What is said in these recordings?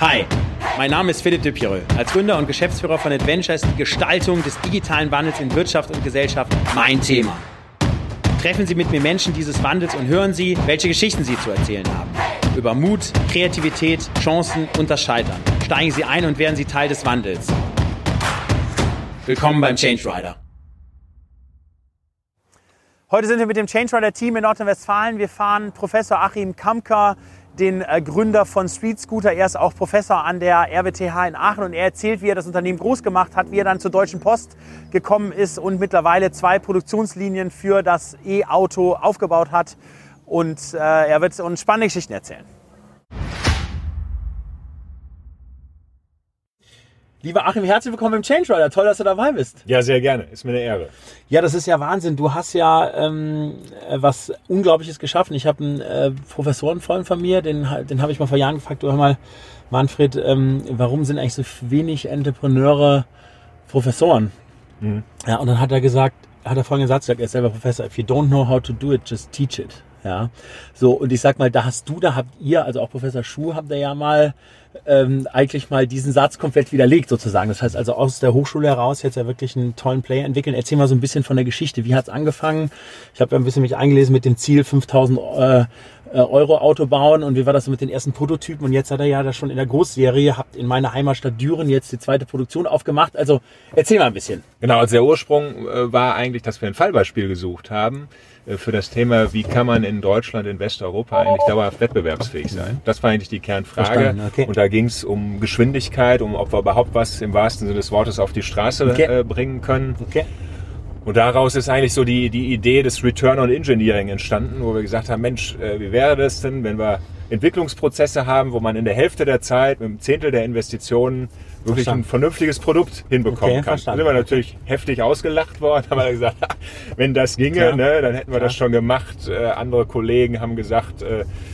Hi, mein Name ist Philipp de Pireux. Als Gründer und Geschäftsführer von Adventure ist die Gestaltung des digitalen Wandels in Wirtschaft und Gesellschaft mein Thema. Treffen Sie mit mir Menschen dieses Wandels und hören Sie, welche Geschichten sie zu erzählen haben. Über Mut, Kreativität, Chancen und das Scheitern. Steigen Sie ein und werden Sie Teil des Wandels. Willkommen beim Change Rider. Heute sind wir mit dem Change Rider Team in Nordrhein-Westfalen. Wir fahren Professor Achim Kamker, den Gründer von Street Scooter. Er ist auch Professor an der RWTH in Aachen und er erzählt, wie er das Unternehmen groß gemacht hat, wie er dann zur Deutschen Post gekommen ist und mittlerweile 2 Produktionslinien für das E-Auto aufgebaut hat. Und er wird uns spannende Geschichten erzählen. Lieber Achim, herzlich willkommen im Change Rider. Toll, dass du dabei bist. Ja, sehr gerne. Ist mir eine Ehre. Ja, das ist ja Wahnsinn. Du hast ja was Unglaubliches geschaffen. Ich habe einen Professorenfreund von mir, den habe ich mal vor Jahren gefragt, du hör mal, Manfred, warum sind eigentlich so wenig Entrepreneure Professoren? Mhm. Ja, und dann hat er folgenden Satz gesagt, er ist selber Professor: If you don't know how to do it, just teach it. Ja, so, und ich sag mal, da habt ihr, also auch Professor Schuh, habt ihr ja mal eigentlich mal diesen Satz komplett widerlegt sozusagen. Das heißt also aus der Hochschule heraus jetzt ja wirklich einen tollen Player entwickeln. Erzähl mal so ein bisschen von der Geschichte. Wie hat's angefangen? Ich habe ja ein bisschen mich eingelesen mit dem Ziel 5.000 Euro Auto bauen und wie war das so mit den ersten Prototypen? Und jetzt hat er ja da schon in der Großserie, habt in meiner Heimatstadt Düren jetzt die 2. Produktion aufgemacht. Also erzähl mal ein bisschen. Genau, also der Ursprung war eigentlich, dass wir ein Fallbeispiel gesucht haben für das Thema, wie kann man in Deutschland, in Westeuropa eigentlich dauerhaft wettbewerbsfähig sein. Das war eigentlich die Kernfrage. Okay. Und da ging es um Geschwindigkeit, ob wir überhaupt was im wahrsten Sinne des Wortes auf die Straße bringen können. Okay. Und daraus ist eigentlich so die Idee des Return on Engineering entstanden, wo wir gesagt haben, Mensch, wie wäre das denn, wenn wir Entwicklungsprozesse haben, wo man in der Hälfte der Zeit mit einem Zehntel der Investitionen wirklich ein vernünftiges Produkt hinbekommen kann. Da sind wir natürlich heftig ausgelacht worden, haben wir gesagt, wenn das ginge, ne, dann hätten wir das schon gemacht. Andere Kollegen haben gesagt,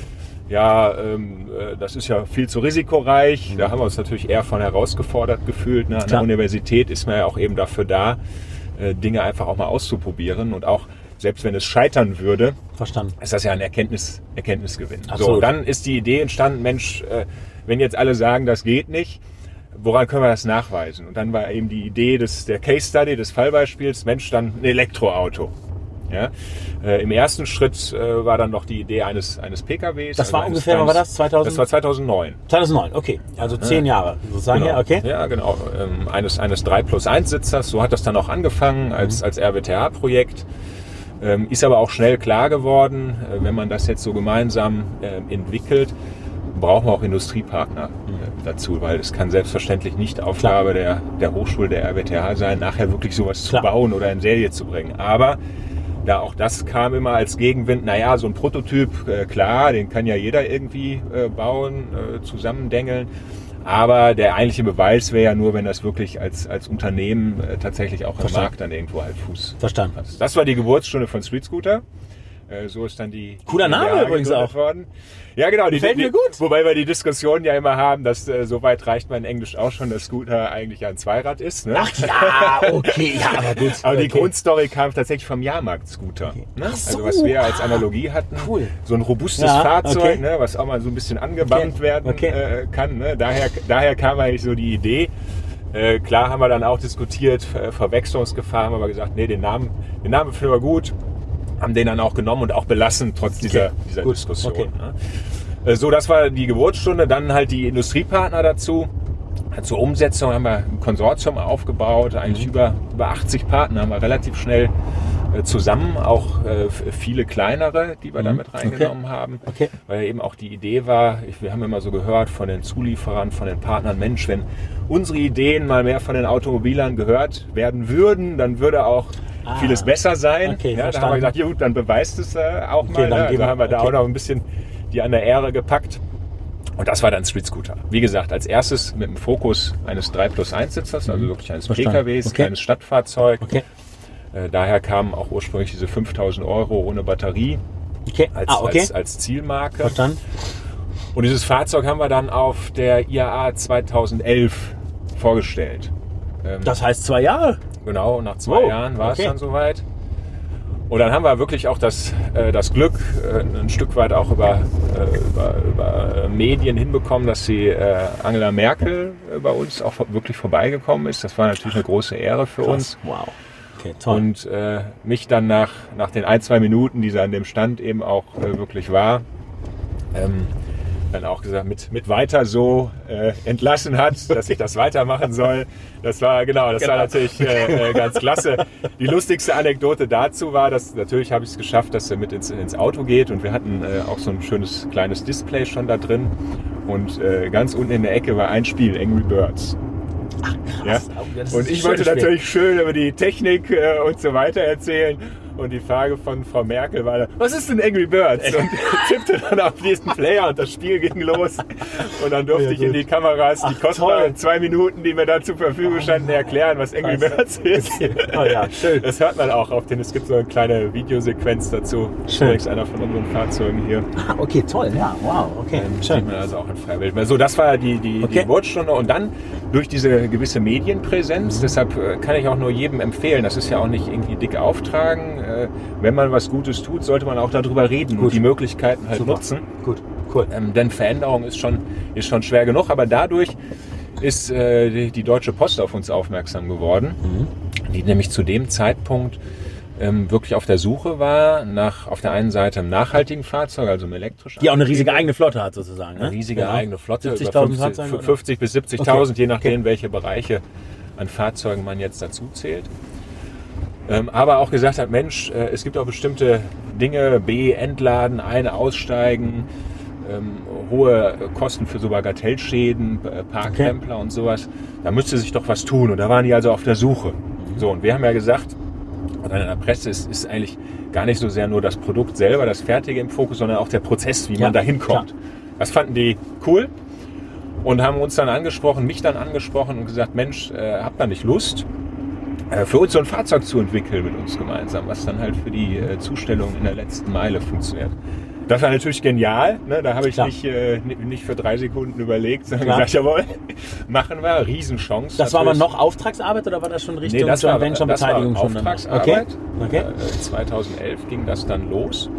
das ist ja viel zu risikoreich. Da haben wir uns natürlich eher von herausgefordert gefühlt. Ne? An der Universität ist man ja auch eben dafür da, Dinge einfach auch mal auszuprobieren und auch selbst wenn es scheitern würde, ist das ja ein Erkenntnisgewinn. So, dann ist die Idee entstanden, Mensch, wenn jetzt alle sagen, das geht nicht, woran können wir das nachweisen? Und dann war eben die Idee der Case Study, des Fallbeispiels, Mensch, dann ein Elektroauto. Ja? Im ersten Schritt war dann noch die Idee eines PKWs. Das war ungefähr, wann war das? 2000? Das war 2009. 2009, okay. Also 10 Jahre sozusagen. Genau. Ja, okay. Ja, genau. Eines 3+1-Sitzers. So hat das dann auch angefangen als RWTH-Projekt. Ist aber auch schnell klar geworden, wenn man das jetzt so gemeinsam entwickelt, brauchen wir auch Industriepartner dazu, weil es kann selbstverständlich nicht Aufgabe der Hochschule, der RWTH sein, nachher wirklich sowas zu bauen oder in Serie zu bringen. Aber da auch das kam immer als Gegenwind, so ein Prototyp, klar, den kann ja jeder irgendwie bauen, zusammendengeln. Aber der eigentliche Beweis wäre ja nur, wenn das wirklich als Unternehmen tatsächlich auch im Markt dann irgendwo halt Fuß hat. Das war die Geburtsstunde von Street Scooter. So ist dann die cooler Name übrigens auch worden. Ja, genau. Gefällt mir gut. Wobei wir die Diskussion ja immer haben, dass so weit reicht man in Englisch auch schon, dass Scooter eigentlich ein Zweirad ist. Ne? Ach ja, okay, ja, aber gut. Aber die Grundstory kam tatsächlich vom Jahrmarkt-Scooter. Okay. Ne? Also was wir als Analogie hatten, so ein robustes Fahrzeug, ne? Was auch mal so ein bisschen angebahnt werden kann. Ne? Daher kam eigentlich so die Idee. Klar haben wir dann auch diskutiert, Verwechslungsgefahr, haben aber gesagt, nee, den Namen finden wir gut. Haben den dann auch genommen und auch belassen, trotz dieser Diskussion. Okay. Ne? So, das war die Geburtsstunde. Dann halt die Industriepartner dazu. Zur Umsetzung haben wir ein Konsortium aufgebaut. Eigentlich über 80 Partner haben wir relativ schnell zusammen. Auch viele kleinere, die wir damit reingenommen haben. Okay. Weil eben auch die Idee war, wir haben immer so gehört von den Zulieferern, von den Partnern, Mensch, wenn unsere Ideen mal mehr von den Automobilern gehört werden würden, dann würde auch vieles besser sein. Okay, da haben wir gesagt, gut, dann beweist es auch mal. Also haben wir da auch noch ein bisschen die an der Ehre gepackt. Und das war dann Street Scooter. Wie gesagt, als erstes mit dem Fokus eines 3+1-Sitzers, also wirklich eines PKWs, kleines Stadtfahrzeug. Okay. Daher kamen auch ursprünglich diese 5.000 Euro ohne Batterie als Zielmarke. Verstanden. Und dieses Fahrzeug haben wir dann auf der IAA 2011 vorgestellt. Das heißt 2 Jahre? Genau, nach 2 Jahren war es dann soweit. Und dann haben wir wirklich auch das Glück, ein Stück weit auch über Medien hinbekommen, dass die Angela Merkel bei uns auch wirklich vorbeigekommen ist. Das war natürlich eine große Ehre für uns. Wow. Okay, toll. Und mich dann nach den 1-2 Minuten, die sie an dem Stand eben auch wirklich war, dann auch gesagt, mit weiter so entlassen hat, dass ich das weitermachen soll. Das war natürlich ganz klasse. Die lustigste Anekdote dazu war, dass natürlich habe ich es geschafft, dass er mit ins Auto geht und wir hatten auch so ein schönes kleines Display schon da drin und ganz unten in der Ecke war ein Spiel, Angry Birds. Ach krass. Ja? Und ich wollte natürlich schön über die Technik und so weiter erzählen. Und die Frage von Frau Merkel war dann, was ist denn Angry Birds? Und tippte dann auf diesen Player und das Spiel ging los. Und dann durfte ich in die Kameras die kostbaren 2 Minuten, die mir da zur Verfügung standen, erklären, was Angry Birds ist. Oh ja, schön. Das hört man auch es gibt so eine kleine Videosequenz dazu. Schön. Übrigens einer von unseren Fahrzeugen hier. Ah, okay, toll, ja, wow, okay. Sieht man also auch in Freibild. So, das war die Geburtsstunde und dann durch diese gewisse Medienpräsenz, deshalb kann ich auch nur jedem empfehlen, das ist ja auch nicht irgendwie dick auftragen, wenn man was Gutes tut, sollte man auch darüber reden und die Möglichkeiten halt nutzen. Gut, cool. Denn Veränderung ist schon schwer genug, aber dadurch ist die Deutsche Post auf uns aufmerksam geworden, die nämlich zu dem Zeitpunkt wirklich auf der Suche war nach auf der einen Seite einem nachhaltigen Fahrzeug, also einem elektrischen. Die auch eine riesige eigene Flotte hat sozusagen. Eine riesige eigene Flotte, 70.000 50 bis 70.000, je nachdem, welche Bereiche an Fahrzeugen man jetzt dazu zählt. Aber auch gesagt hat, Mensch, es gibt auch bestimmte Dinge, entladen, aussteigen, hohe Kosten für so Bagatellschäden, Parkrempler und sowas. Da müsste sich doch was tun. Und da waren die also auf der Suche. So, und wir haben ja gesagt, und in der Presse ist eigentlich gar nicht so sehr nur das Produkt selber, das Fertige im Fokus, sondern auch der Prozess, wie man da hinkommt. Das fanden die cool und haben uns dann mich dann angesprochen und gesagt, Mensch, habt ihr nicht Lust, für uns so ein Fahrzeug zu entwickeln mit uns gemeinsam, was dann halt für die Zustellung in der letzten Meile funktioniert. Das war natürlich genial, ne? Da habe ich nicht für 3 Sekunden überlegt, sondern gesagt, jawohl, machen wir, Riesenchance. Das war aber noch Auftragsarbeit oder war das schon Richtung Joint Venture Beteiligung? Das war Auftragsarbeit. Okay. 2011 ging das dann los.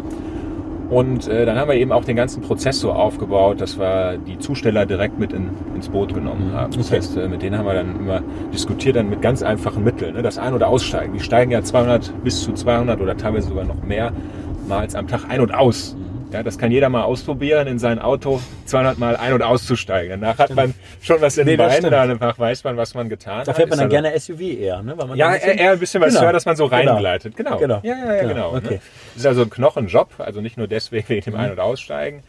Und dann haben wir eben auch den ganzen Prozess so aufgebaut, dass wir die Zusteller direkt mit ins Boot genommen haben. Das heißt, mit denen haben wir dann immer diskutiert, dann mit ganz einfachen Mitteln. Ne? Das Ein- oder Aussteigen. Die steigen ja 200 bis zu 200 oder teilweise sogar noch mehr Mal am Tag ein- und aus. Ja, das kann jeder mal ausprobieren, in sein Auto 200 Mal ein- und auszusteigen. Danach hat man schon was in den Beinen, danach weiß man, was man getan hat. Da fährt man dann gerne SUV eher, ne? Weil man eher ein bisschen was hört, dass man so reingleitet. Genau. Ja, genau. Okay. Ne? Das ist also ein Knochenjob, also nicht nur deswegen wegen dem Ein- und Aussteigen.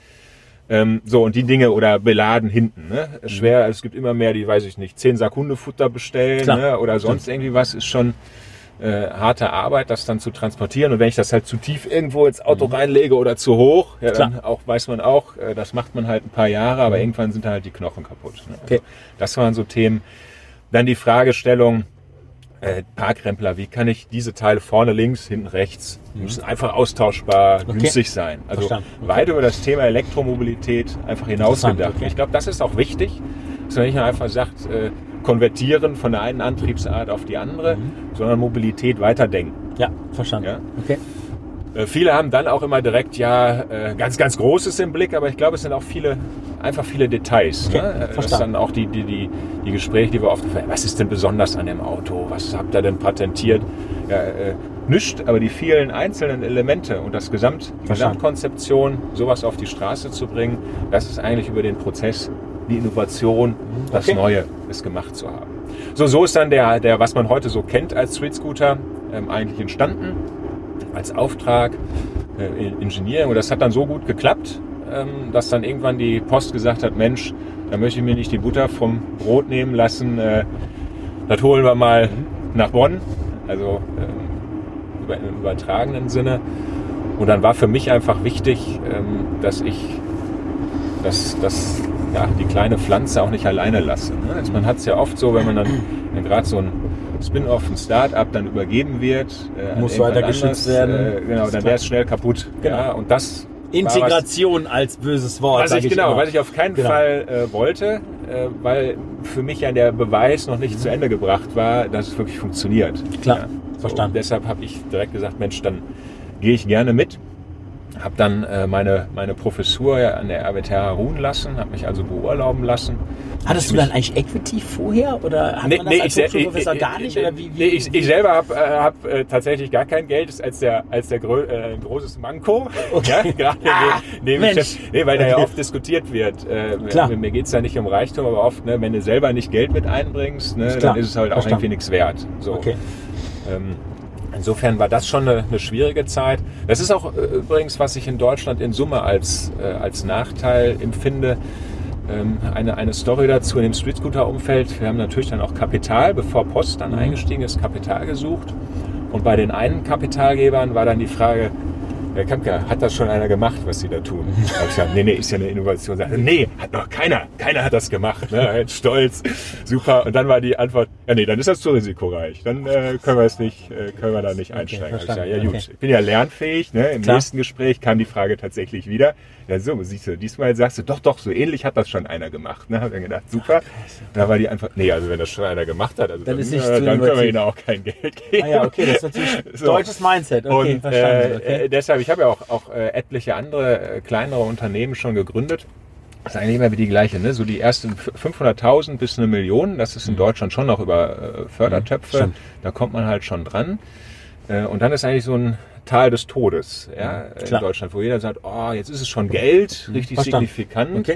So, und die Dinge oder beladen hinten. Ne? Schwer, es gibt immer mehr, die, weiß ich nicht, 10 Sack Hundefutter bestellen, ne? Oder sonst irgendwie was, ist schon harte Arbeit, das dann zu transportieren. Und wenn ich das halt zu tief irgendwo ins Auto reinlege oder zu hoch, ja, dann weiß man auch, das macht man halt ein paar Jahre, aber irgendwann sind halt die Knochen kaputt. Ne? Also, das waren so Themen. Dann die Fragestellung, Parkrempler, wie kann ich diese Teile vorne links, hinten rechts, müssen einfach austauschbar, günstig sein. Also weit über das Thema Elektromobilität einfach hinausgedacht. Ich glaube, das ist auch wichtig, dass man nicht nur einfach sagt, konvertieren von der einen Antriebsart auf die andere, sondern Mobilität weiterdenken. Ja, verstanden. Ja? Okay. Viele haben dann auch immer direkt ganz, ganz Großes im Blick, aber ich glaube, es sind auch viele Details. Okay, ne? Das ist dann auch die Gespräche, die wir oft führen. Was ist denn besonders an dem Auto? Was habt ihr denn patentiert? Ja, nichts, aber die vielen einzelnen Elemente und die Gesamtkonzeption, sowas auf die Straße zu bringen, das ist eigentlich über den Prozess, die Innovation, das Neue, es gemacht zu haben. So ist dann der, was man heute so kennt als Street Scooter, eigentlich entstanden, als Auftrag, Engineering. Und das hat dann so gut geklappt, dass dann irgendwann die Post gesagt hat, Mensch, da möchte ich mir nicht die Butter vom Brot nehmen lassen, das holen wir mal nach Bonn, also im übertragenen Sinne. Und dann war für mich einfach wichtig, dass ich die kleine Pflanze auch nicht alleine lasse. Ne? Also man hat es ja oft so, wenn man dann gerade so ein Spin-off, ein Start-up dann übergeben wird, muss weiter geschützt werden. Dann wäre es schnell kaputt. Genau. Ja, und das Integration als böses Wort. Was ich auf keinen Fall wollte, weil für mich ja der Beweis noch nicht zu Ende gebracht war, dass es wirklich funktioniert. Klar, verstanden. Deshalb habe ich direkt gesagt, Mensch, dann gehe ich gerne mit. Habe dann meine Professur an der RWTH ruhen lassen, habe mich also beurlauben lassen. Hattest du dann eigentlich Equity vorher oder hat man das als Hochschulprofessor gar nicht? Oder wie? Ich selber hab tatsächlich gar kein Geld, das ist als der großes Manko. Okay. Ja, weil da ja oft diskutiert wird. Mir geht es ja nicht um Reichtum, aber oft, ne, wenn du selber nicht Geld mit einbringst, ne, dann ist es halt auch irgendwie nichts wert. So. Okay. Insofern war das schon eine schwierige Zeit. Das ist auch übrigens, was ich in Deutschland in Summe als Nachteil empfinde. Eine Story dazu in dem Streetscooter-Umfeld. Wir haben natürlich dann auch Kapital, bevor Post dann eingestiegen ist, Kapital gesucht. Und bei den einen Kapitalgebern war dann die Frage, Herr Kampka, hat das schon einer gemacht, was Sie da tun? Da habe ich gesagt, nee, ist ja eine Innovation. Nee, hat noch keiner. Keiner hat das gemacht. Ne? Stolz, super. Und dann war die Antwort, ja nee, dann ist das zu risikoreich. Dann können wir da nicht einsteigen. Okay, ja gut, ich bin ja lernfähig. Ne? Im nächsten Gespräch kam die Frage tatsächlich wieder. Ja so, siehst du, diesmal sagst du, doch, so ähnlich hat das schon einer gemacht. Ne? Hab dann gedacht, super. Und dann war die Antwort, nee, also wenn das schon einer gemacht hat, also dann können wir ihnen auch kein Geld geben. Ah ja, okay, das ist natürlich deutsches Mindset. Okay, und, verstanden. Okay. Deshalb, ich habe ja auch etliche andere kleinere Unternehmen schon gegründet. Das ist eigentlich immer wie die gleiche, ne? So die ersten 500.000 bis 1 Million, das ist in Deutschland schon noch über Fördertöpfe. Stimmt. Da kommt man halt schon dran. Und dann ist eigentlich so ein Tal des Todes, ja, in Deutschland, wo jeder sagt, oh, jetzt ist es schon Geld, richtig signifikant. Okay.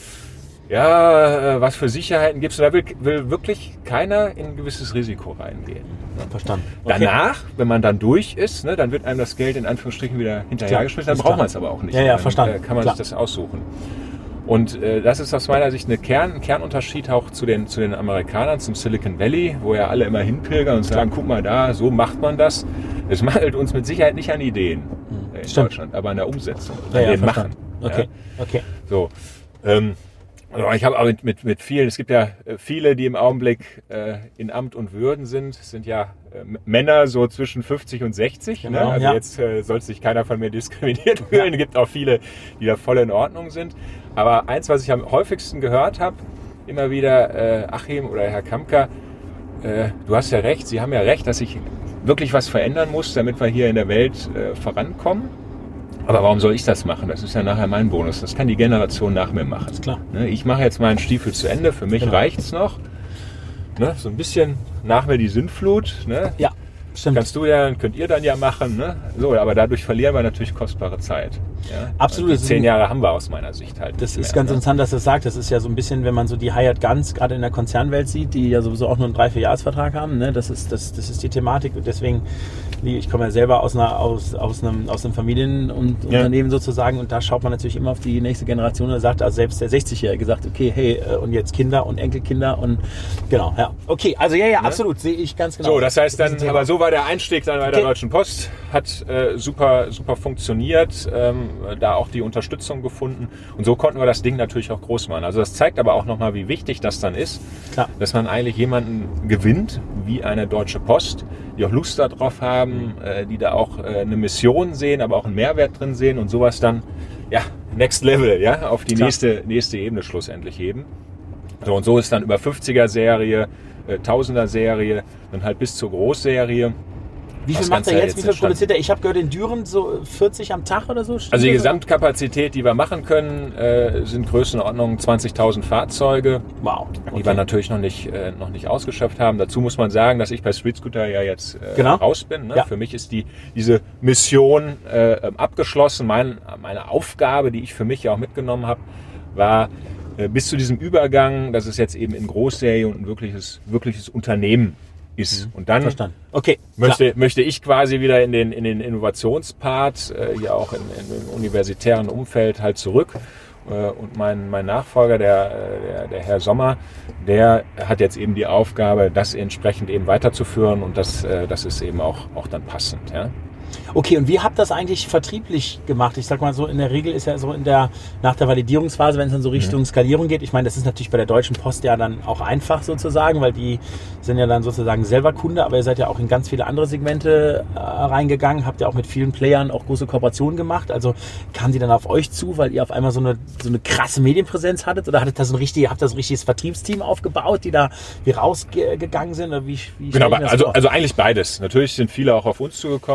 Ja, was für Sicherheiten gibt es? Da will wirklich keiner in ein gewisses Risiko reingehen. Verstanden. Okay. Danach, wenn man dann durch ist, ne, dann wird einem das Geld in Anführungsstrichen wieder hinterhergeschmissen, dann braucht man es aber auch nicht. Ja, verstanden. Dann kann man sich das aussuchen. Und das ist aus meiner Sicht ein Kernunterschied auch zu den Amerikanern, zum Silicon Valley, wo ja alle immer hinpilgern und sagen, guck mal da, so macht man das. Es mangelt uns mit Sicherheit nicht an Ideen in Deutschland, aber an der Umsetzung. Ja, machen. Okay. Ja. Okay. So. Ich habe auch mit vielen, es gibt ja viele, die im Augenblick in Amt und Würden sind. Es sind ja Männer so zwischen 50 und 60. Genau, ne? Also jetzt soll sich keiner von mir diskriminiert fühlen. Es gibt auch viele, die da voll in Ordnung sind. Aber eins, was ich am häufigsten gehört habe, immer wieder, Achim oder Herr Kampka, du hast ja recht, Sie haben ja recht, dass ich wirklich was verändern muss, damit wir hier in der Welt vorankommen. Aber warum soll ich das machen? Das ist ja nachher mein Bonus. Das kann die Generation nach mir machen. Ist klar. Ich mache jetzt meinen Stiefel zu Ende. Für mich reicht's noch. Ne? So ein bisschen nach mir die Sintflut. Ne? Ja, stimmt. Könnt ihr dann ja machen. Ne? So, aber dadurch verlieren wir natürlich kostbare Zeit. Ja? Absolut. Die 10 Jahre haben wir aus meiner Sicht halt. Das ist ganz interessant, dass du das sagst. Das ist ja so ein bisschen, wenn man so die Hired Guns gerade in der Konzernwelt sieht, die ja sowieso auch nur einen 3-4-Jahresvertrag haben. Ne? Das ist die Thematik. Und deswegen, ich komme ja selber aus einem Familienunternehmen sozusagen, und da schaut man natürlich immer auf die nächste Generation und sagt, also selbst der 60-Jährige sagt, okay, hey, und jetzt Kinder und Enkelkinder und genau, ja. Okay, also ja, absolut, sehe ich ganz genau. So, das heißt dann, aber so war der Einstieg dann bei der Deutschen Post, hat super funktioniert, da auch die Unterstützung gefunden, und so konnten wir das Ding natürlich auch groß machen. Also das zeigt aber auch nochmal, wie wichtig das dann ist, dass man eigentlich jemanden gewinnt, wie eine Deutsche Post, die auch Lust darauf haben, die da auch eine Mission sehen, aber auch einen Mehrwert drin sehen und sowas dann, next level, auf die nächste Ebene schlussendlich heben. So, und so ist dann über 50er-Serie, 1000er-Serie, dann halt bis zur Großserie. Wie viel macht er jetzt? Wie viel produziert er? Ich habe gehört, in Düren so 40 am Tag oder so. Also die Gesamtkapazität, die wir machen können, sind Größenordnung 20.000 Fahrzeuge. Wow. Die wir natürlich noch nicht ausgeschöpft haben. Dazu muss man sagen, dass ich bei Streetscooter ja jetzt raus bin. Ne? Ja. Für mich ist diese Mission abgeschlossen. Meine Aufgabe, die ich für mich ja auch mitgenommen habe, war bis zu diesem Übergang, dass es jetzt eben in Großserie und ein wirkliches Unternehmen ist. Und dann möchte ich quasi wieder in den Innovationspart, hier auch im universitären Umfeld halt zurück. Und mein Nachfolger, der Herr Sommer, der hat jetzt eben die Aufgabe, das entsprechend eben weiterzuführen, und das ist eben auch dann passend. Ja. Okay, und wie habt ihr das eigentlich vertrieblich gemacht? Ich sag mal so, in der Regel ist ja so nach der Validierungsphase, wenn es dann so Richtung Skalierung geht, ich meine, das ist natürlich bei der Deutschen Post ja dann auch einfach sozusagen, weil die sind ja dann sozusagen selber Kunde, aber ihr seid ja auch in ganz viele andere Segmente reingegangen, habt ja auch mit vielen Playern auch große Kooperationen gemacht, also kamen die dann auf euch zu, weil ihr auf einmal so eine krasse Medienpräsenz hattet, oder habt ihr so ein richtiges Vertriebsteam aufgebaut, die da wie rausgegangen sind, oder wie genau, also eigentlich beides. Natürlich sind viele auch auf uns zugekommen und haben gesagt,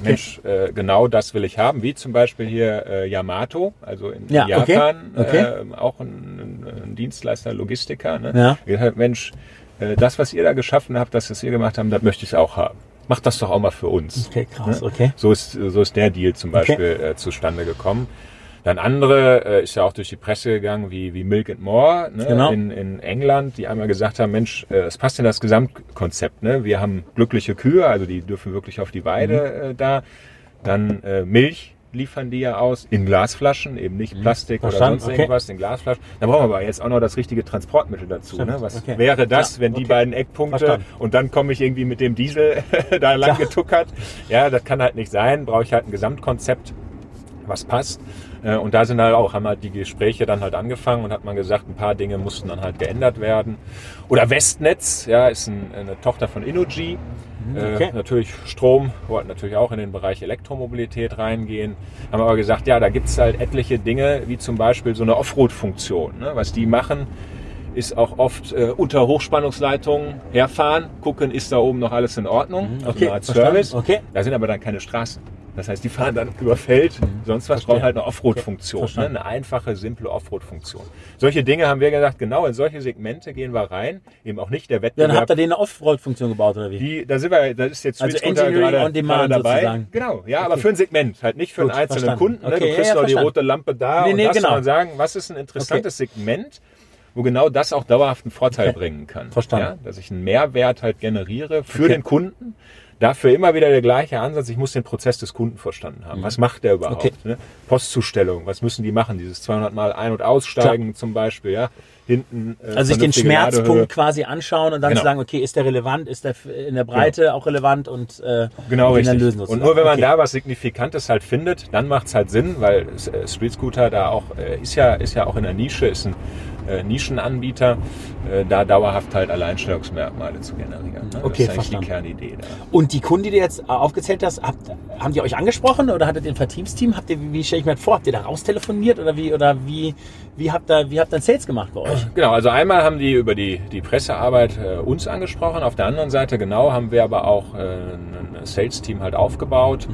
Mensch, genau das will ich haben, wie zum Beispiel hier Yamato, also in Japan, auch ein Dienstleister, Logistiker. Ne? Mensch, das, was ihr da geschaffen habt, das, was ihr gemacht habt, das möchte ich auch haben. Macht das doch auch mal für uns. Okay, krass, ne? Okay. So ist der Deal zum Beispiel zustande gekommen. Dann andere, ist ja auch durch die Presse gegangen, wie Milk and More, ne? Genau. In England, die einmal gesagt haben, Mensch, es passt in das Gesamtkonzept. Ne? Wir haben glückliche Kühe, also die dürfen wirklich auf die Weide da. Dann Milch liefern die ja aus, in Glasflaschen, eben nicht Plastik oder sonst irgendwas, in Glasflaschen. Dann brauchen wir aber jetzt auch noch das richtige Transportmittel dazu. Ne? Was wäre das, wenn die beiden Eckpunkte und dann komme ich irgendwie mit dem Diesel da lang getuckert. Ja, das kann halt nicht sein, brauche ich halt ein Gesamtkonzept, was passt. Und da haben halt die Gespräche dann halt angefangen und hat man gesagt, ein paar Dinge mussten dann halt geändert werden. Oder Westnetz, ist eine Tochter von Innogy. Natürlich Strom, wollten natürlich auch in den Bereich Elektromobilität reingehen. Haben aber gesagt, da gibt es halt etliche Dinge, wie zum Beispiel so eine Offroad-Funktion. Ne? Was die machen, ist auch oft unter Hochspannungsleitungen herfahren, gucken, ist da oben noch alles in Ordnung, also eine Art Service. Da sind aber dann keine Straßen. Das heißt, die fahren dann über Feld, sonst was, brauchen halt eine Offroad-Funktion, ne? Eine einfache, simple Offroad-Funktion. Solche Dinge haben wir gesagt, genau in solche Segmente gehen wir rein, eben auch nicht der Wettbewerb. Dann habt ihr denen eine Offroad-Funktion gebaut, oder wie? Da ist jetzt also Engineering on Demand dabei. Sozusagen. Genau, aber für ein Segment, halt nicht für einen einzelnen Kunden. Ne? Du kriegst doch die rote Lampe da sondern sagen, was ist ein interessantes Segment, wo genau das auch dauerhaft einen Vorteil bringen kann. Verstanden. Dass ich einen Mehrwert halt generiere für den Kunden. Dafür immer wieder der gleiche Ansatz, ich muss den Prozess des Kunden verstanden haben. Was macht der überhaupt? Ne? Postzustellung, was müssen die machen? Dieses 200 Mal Ein- und Aussteigen zum Beispiel, hinten. Also sich den Schmerzpunkt quasi anschauen und dann zu sagen, okay, ist der relevant, ist der in der Breite auch relevant und genau richtig. Dann lösen und nur wenn man da was Signifikantes halt findet, dann macht es halt Sinn, weil Street Scooter da auch ist ja auch in der Nische, ist ein Nischenanbieter, da dauerhaft halt Alleinstellungsmerkmale zu generieren. Ne? Okay, das ist eigentlich die Kernidee da. Und die Kunden, die du jetzt aufgezählt hast, haben die euch angesprochen oder hattet ihr ein Vertriebsteam? Wie stelle ich mir das vor? Habt ihr da raustelefoniert oder wie habt ihr dann Sales gemacht bei euch? Genau, also einmal haben die über die Pressearbeit uns angesprochen, auf der anderen Seite haben wir aber auch ein Sales-Team halt aufgebaut.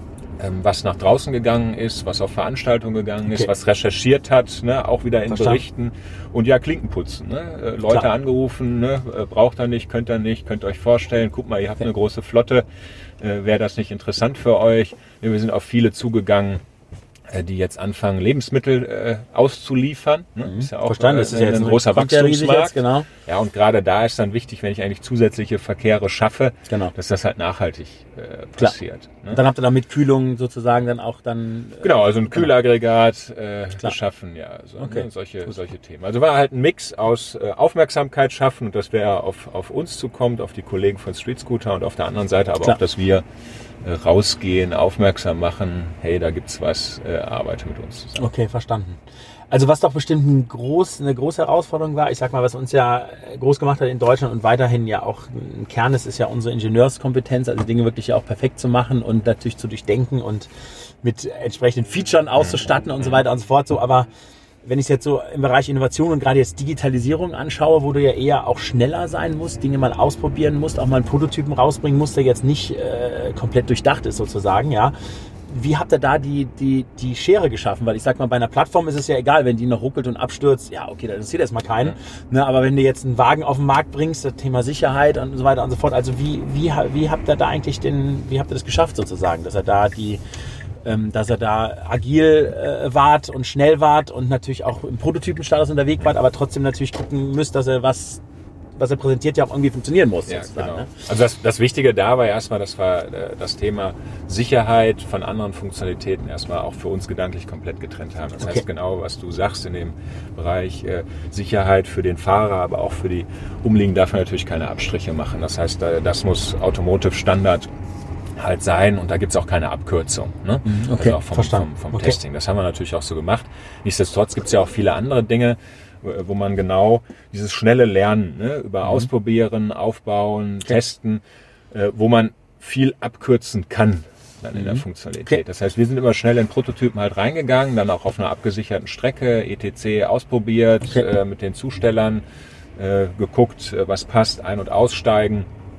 Was nach draußen gegangen ist, was auf Veranstaltungen gegangen ist, was recherchiert hat, ne, auch wieder in Berichten und Klinken putzen. Ne? Leute angerufen, ne, braucht ihr nicht, könnt ihr euch vorstellen, guck mal, ihr habt eine große Flotte, wäre das nicht interessant für euch? Wir sind auf viele zugegangen, die jetzt anfangen, Lebensmittel auszuliefern. Ne? Ist ja auch das ist ja jetzt ein großer Wachstumsmarkt. Genau. Ja, und gerade da ist dann wichtig, wenn ich eigentlich zusätzliche Verkehre schaffe, dass das halt nachhaltig passiert. Ne? Und dann habt ihr da mit Kühlung sozusagen dann auch dann... Genau, also ein Kühlaggregat geschaffen, solche Themen. Also war halt ein Mix aus Aufmerksamkeit schaffen und dass wer auf uns zukommt, auf die Kollegen von Street Scooter und auf der anderen Seite aber auch, dass wir rausgehen, aufmerksam machen, hey, da gibt's was, arbeite mit uns zusammen. Okay, verstanden. Also was doch bestimmt eine große Herausforderung war, ich sag mal, was uns ja groß gemacht hat in Deutschland und weiterhin ja auch ein Kern ist ja unsere Ingenieurskompetenz, also Dinge wirklich ja auch perfekt zu machen und natürlich zu durchdenken und mit entsprechenden Features auszustatten und so weiter und so fort. So, aber wenn ich es jetzt so im Bereich Innovation und gerade jetzt Digitalisierung anschaue, wo du ja eher auch schneller sein musst, Dinge mal ausprobieren musst, auch mal einen Prototypen rausbringen musst, der jetzt nicht komplett durchdacht ist sozusagen, ja. Wie habt ihr da die Schere geschaffen? Weil ich sag mal, bei einer Plattform ist es ja egal, wenn die noch ruckelt und abstürzt, ja okay, da interessiert erstmal keinen. Ne, aber wenn du jetzt einen Wagen auf den Markt bringst, das Thema Sicherheit und so weiter und so fort, also wie habt ihr da eigentlich wie habt ihr das geschafft sozusagen, dass ihr da agil wart und schnell wart und natürlich auch im Prototypenstatus unterwegs wart, aber trotzdem natürlich gucken müsst, dass er was er präsentiert, ja auch irgendwie funktionieren muss. Ja, genau. Ne? Also das Wichtige da war erstmal, dass wir das Thema Sicherheit von anderen Funktionalitäten erstmal auch für uns gedanklich komplett getrennt haben. Das heißt genau, was du sagst in dem Bereich Sicherheit für den Fahrer, aber auch für die Umliegenden darf man natürlich keine Abstriche machen. Das heißt, das muss Automotive Standard halt sein und da gibt es auch keine Abkürzung. Ne? Okay, also auch vom Testing. Das haben wir natürlich auch so gemacht. Nichtsdestotrotz gibt es ja auch viele andere Dinge, wo man genau dieses schnelle Lernen, ne, über Ausprobieren, Aufbauen, Testen, wo man viel abkürzen kann dann in der Funktionalität. Okay. Das heißt, wir sind immer schnell in Prototypen halt reingegangen, dann auch auf einer abgesicherten Strecke, etc. ausprobiert, mit den Zustellern geguckt, was passt, ein- und aussteigen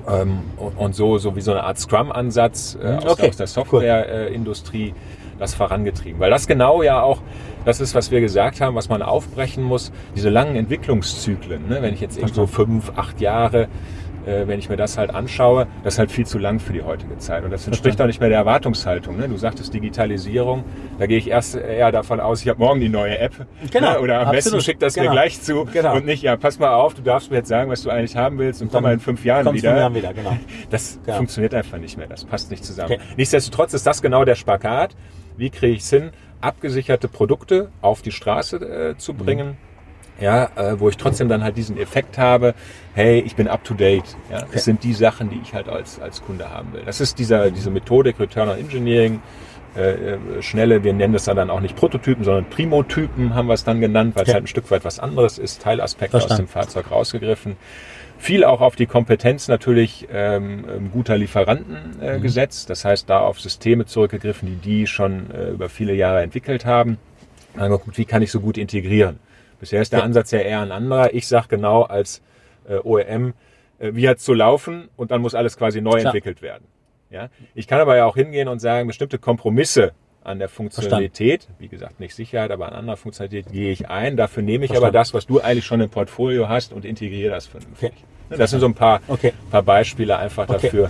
Und so wie so eine Art Scrum-Ansatz aus der Softwareindustrie das vorangetrieben. Weil das genau ja auch das ist, was wir gesagt haben, was man aufbrechen muss, diese langen Entwicklungszyklen. Ne? Wenn ich jetzt irgendwo 5, 8 Jahre, wenn ich mir das halt anschaue, das ist halt viel zu lang für die heutige Zeit. Und das entspricht auch nicht mehr der Erwartungshaltung. Ne? Du sagtest Digitalisierung, da gehe ich erst eher davon aus, ich habe morgen die neue App. Genau, ne? Oder am besten schickt das mir gleich zu. Genau. Und nicht, ja, pass mal auf, du darfst mir jetzt sagen, was du eigentlich haben willst und komm mal in 5 Jahren wieder. Genau. Das funktioniert einfach nicht mehr, das passt nicht zusammen. Okay. Nichtsdestotrotz ist das genau der Spagat. Wie kriege ich es hin, abgesicherte Produkte auf die Straße zu bringen? Ja, wo ich trotzdem dann halt diesen Effekt habe, hey, ich bin up to date. Ja, das sind die Sachen, die ich halt als Kunde haben will. Das ist diese Methodik Return on Engineering, schnelle, wir nennen das dann auch nicht Prototypen, sondern Primotypen haben wir es dann genannt, weil es halt ein Stück weit was anderes ist, Teilaspekte aus dem Fahrzeug rausgegriffen. Viel auch auf die Kompetenz natürlich guter Lieferanten gesetzt. Das heißt, da auf Systeme zurückgegriffen, die schon über viele Jahre entwickelt haben. Dann geguckt, wie kann ich so gut integrieren? Bisher ist der Ansatz ja eher ein anderer. Ich sage genau als OEM, wie hat es zu laufen und dann muss alles quasi neu entwickelt werden. Ja? Ich kann aber ja auch hingehen und sagen, bestimmte Kompromisse an der Funktionalität, wie gesagt nicht Sicherheit, aber an anderer Funktionalität gehe ich ein. Dafür nehme ich aber das, was du eigentlich schon im Portfolio hast und integriere das vernünftig. Das sind so ein paar Beispiele einfach dafür,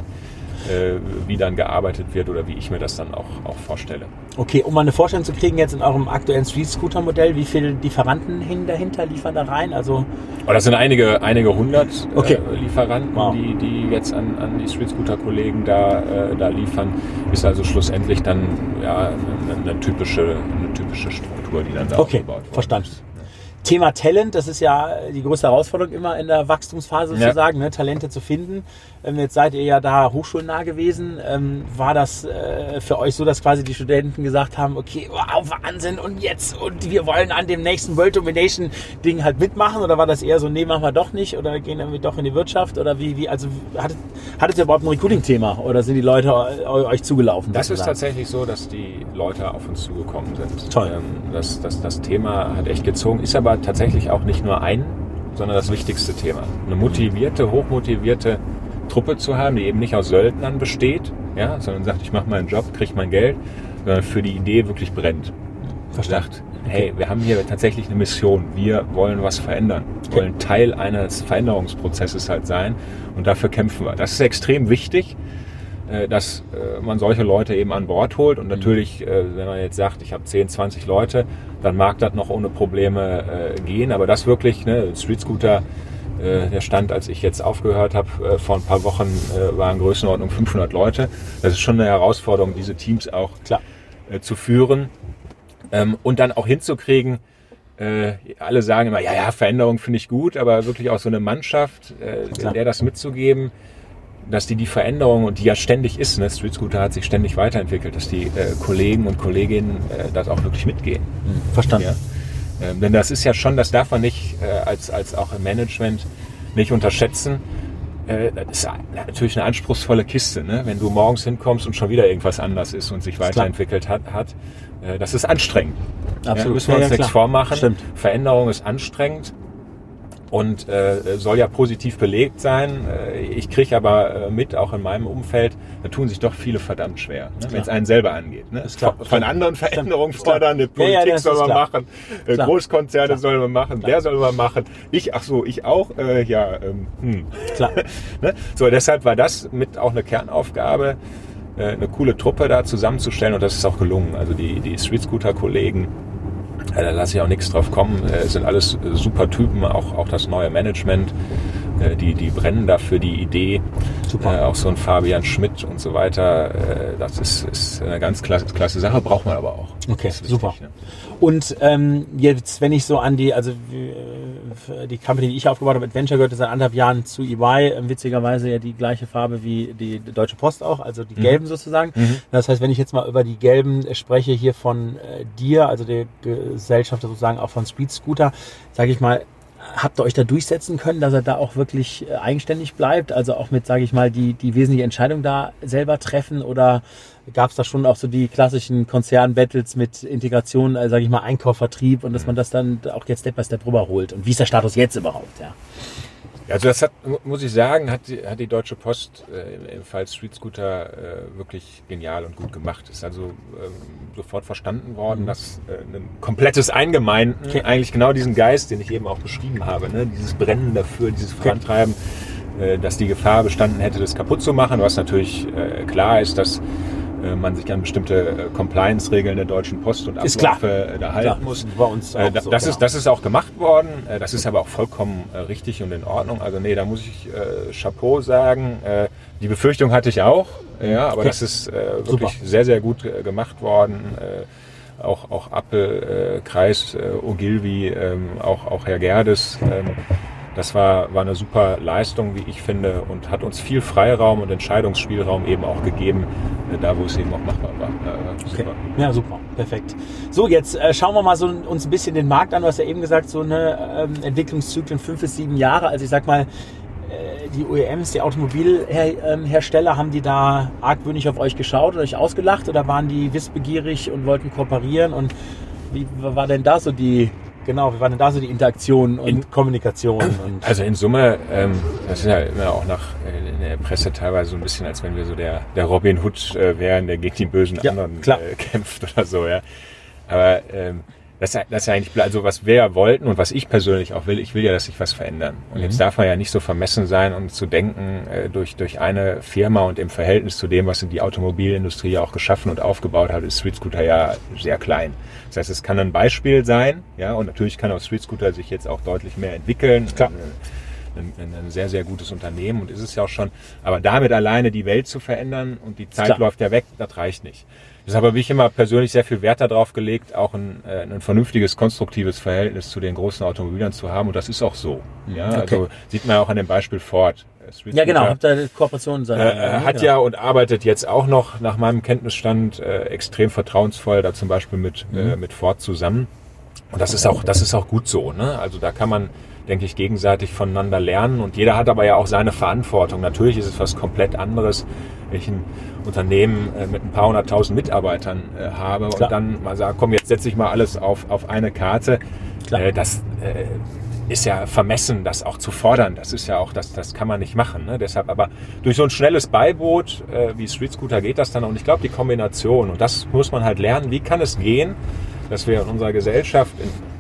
wie dann gearbeitet wird oder wie ich mir das dann auch vorstelle. Okay, um mal eine Vorstellung zu kriegen jetzt in eurem aktuellen Street-Scooter-Modell, wie viele Lieferanten dahinter liefern da rein? Also das sind einige 100 Lieferanten, die jetzt an die Street-Scooter-Kollegen da liefern. Ist also schlussendlich dann eine typische Struktur, die dann da aufgebaut wird. Verstanden. Thema Talent, das ist ja die größte Herausforderung immer in der Wachstumsphase sozusagen, ne, Talente zu finden. Jetzt seid ihr ja da hochschulnah gewesen. War das für euch so, dass quasi die Studenten gesagt haben, okay, wow, Wahnsinn und jetzt und wir wollen an dem nächsten World Domination Ding halt mitmachen? Oder war das eher so, nee, machen wir doch nicht oder gehen irgendwie doch in die Wirtschaft? Oder wie also hattet ihr überhaupt ein Recruiting-Thema oder sind die Leute euch zugelaufen? Das ist tatsächlich so, dass die Leute auf uns zugekommen sind. Toll. Das Thema hat echt gezogen, ist aber tatsächlich auch nicht nur sondern das wichtigste Thema. Eine motivierte, hochmotivierte Truppe zu haben, die eben nicht aus Söldnern besteht, sondern sagt, ich mache meinen Job, kriege mein Geld, sondern für die Idee wirklich brennt. Sagt, hey, wir haben hier tatsächlich eine Mission, wir wollen was verändern, wir wollen Teil eines Veränderungsprozesses halt sein und dafür kämpfen wir. Das ist extrem wichtig, dass man solche Leute eben an Bord holt und natürlich, wenn man jetzt sagt, ich habe 10, 20 Leute, dann mag das noch ohne Probleme gehen, aber das wirklich, Street Scooter, der Stand, als ich jetzt aufgehört habe, vor ein paar Wochen waren Größenordnung 500 Leute. Das ist schon eine Herausforderung, diese Teams auch zu führen und dann auch hinzukriegen. Alle sagen immer, Veränderung finde ich gut, aber wirklich auch so eine Mannschaft, der das mitzugeben, dass die Veränderung, und die ja ständig ist, Street Scooter hat sich ständig weiterentwickelt, dass die Kollegen und Kolleginnen das auch wirklich mitgehen. Verstanden. Ja? Denn das ist ja schon, das darf man nicht als auch im Management nicht unterschätzen. Das ist natürlich eine anspruchsvolle Kiste, ne? Wenn du morgens hinkommst und schon wieder irgendwas anders ist und sich weiterentwickelt hat. Das ist anstrengend. Absolut. Müssen wir uns nichts vormachen. Stimmt. Veränderung ist anstrengend. Und soll ja positiv belegt sein. Ich kriege aber mit, auch in meinem Umfeld, da tun sich doch viele verdammt schwer, ne? Wenn es einen selber angeht. Ne? Von anderen Veränderungen fordern, eine Politik soll man machen, Großkonzerne soll man machen, der soll man machen. Ich auch. Klar. Ne? So, deshalb war das mit auch eine Kernaufgabe, eine coole Truppe da zusammenzustellen und das ist auch gelungen. Also die Street Scooter Kollegen, da lasse ich auch nichts drauf kommen. Sind alles super Typen, auch das neue Management. Die brennen dafür die Idee. Super. Auch so ein Fabian Schmidt und so weiter. Das ist eine ganz klasse Sache, braucht man aber auch. Okay, wichtig, super. Ne? Und jetzt, wenn ich so an die Company, die ich aufgebaut habe, Adventure, gehörte seit 1,5 Jahren zu EY, witzigerweise ja die gleiche Farbe wie die Deutsche Post auch, also die gelben sozusagen. Das heißt, wenn ich jetzt mal über die gelben spreche hier von dir, also der Gesellschaft sozusagen auch von Street Scooter, sage ich mal, habt ihr euch da durchsetzen können, dass er da auch wirklich eigenständig bleibt? Also auch mit, sage ich mal, die wesentliche Entscheidung da selber treffen? Oder gab es da schon auch so die klassischen Konzern-Battles mit Integration, sage ich mal, Einkauf, Vertrieb und dass man das dann auch jetzt Step by Step rüberholt? Und wie ist der Status jetzt überhaupt? Ja. Also das muss ich sagen, hat die Deutsche Post im Fall Street Scooter wirklich genial und gut gemacht. Ist also sofort verstanden worden, dass ein komplettes Eingemeinden eigentlich genau diesen Geist, den ich eben auch beschrieben habe, ne? Dieses Brennen dafür, dieses Vorantreiben, dass die Gefahr bestanden hätte, das kaputt zu machen, was natürlich klar ist, dass man sich an bestimmte Compliance-Regeln der Deutschen Post und Abläufe da halten muss. Bei uns auch das ist auch gemacht worden. Das ist aber auch vollkommen richtig und in Ordnung. Also da muss ich Chapeau sagen. Die Befürchtung hatte ich auch, aber das ist wirklich sehr, sehr gut gemacht worden. Auch Appel, Kreis, Ogilvy, auch Herr Gerdes. Das war eine super Leistung, wie ich finde, und hat uns viel Freiraum und Entscheidungsspielraum eben auch gegeben, da wo es eben auch machbar war. Super. Ja, super. Perfekt. So, jetzt schauen wir mal uns ein bisschen den Markt an. Du hast ja eben gesagt, so eine Entwicklungszyklen 5 bis 7 Jahre. Also ich sag mal, die OEMs, die Automobilhersteller, haben die da argwöhnig auf euch geschaut und euch ausgelacht oder waren die wissbegierig und wollten kooperieren? Und wie war denn da so die Interaktion und Kommunikation? Also in Summe, das ist ja immer auch in der Presse teilweise so ein bisschen, als wenn wir so der Robin Hood wären, der gegen die bösen anderen kämpft oder so. Ja. Aber das ist ja eigentlich, also was wir wollten und was ich persönlich auch will, ich will ja, dass sich was verändern. Und jetzt darf man ja nicht so vermessen sein und zu denken, durch eine Firma und im Verhältnis zu dem, was die Automobilindustrie ja auch geschaffen und aufgebaut hat, ist Street Scooter ja sehr klein. Das heißt, es kann ein Beispiel sein, ja, und natürlich kann auch Street Scooter sich jetzt auch deutlich mehr entwickeln. Klar. Ein sehr, sehr gutes Unternehmen und ist es ja auch schon. Aber damit alleine die Welt zu verändern und die Zeit läuft ja weg, das reicht nicht. Deshalb habe ich immer persönlich sehr viel Wert darauf gelegt, auch ein vernünftiges, konstruktives Verhältnis zu den großen Automobilern zu haben. Und das ist auch so. Ja? Okay. Also sieht man auch an dem Beispiel Ford. Ja, genau. Habt ihr Kooperationen hat ja und arbeitet jetzt auch noch nach meinem Kenntnisstand extrem vertrauensvoll, da zum Beispiel mit Ford zusammen. Und das ist auch gut so. Ne? Also da kann man, denke ich, gegenseitig voneinander lernen. Und jeder hat aber ja auch seine Verantwortung. Natürlich ist es was komplett anderes, wenn ich ein Unternehmen mit ein paar 100.000 Mitarbeitern habe und dann mal sage, komm, jetzt setze ich mal alles auf eine Karte. Das ist ja vermessen, das auch zu fordern. Das ist ja auch, das kann man nicht machen. Ne? Deshalb aber durch so ein schnelles Beiboot wie Street Scooter geht das dann. Und ich glaube, die Kombination, und das muss man halt lernen, wie kann es gehen, dass wir in unserer Gesellschaft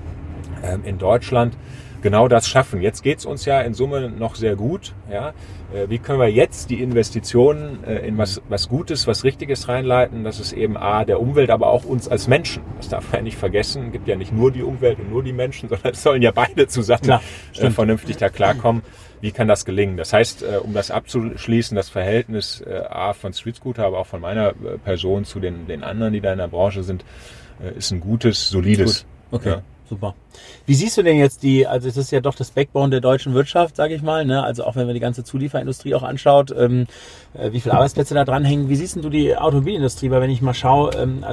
in Deutschland genau das schaffen. Jetzt geht es uns ja in Summe noch sehr gut. Ja? Wie können wir jetzt die Investitionen in was Gutes, was Richtiges reinleiten, dass es eben der Umwelt, aber auch uns als Menschen, das darf man ja nicht vergessen, es gibt ja nicht nur die Umwelt und nur die Menschen, sondern es sollen ja beide zusammen vernünftig da klarkommen. Wie kann das gelingen? Das heißt, um das abzuschließen, das Verhältnis von Street Scooter, aber auch von meiner Person zu den anderen, die da in der Branche sind, ist ein gutes, solides. Gut. Okay. Ja. Super. Wie siehst du denn jetzt also es ist ja doch das Backbone der deutschen Wirtschaft, sage ich mal, ne? Also auch wenn man die ganze Zulieferindustrie auch anschaut, wie viele Arbeitsplätze da dran hängen. Wie siehst denn du die Automobilindustrie? Weil wenn ich mal schaue,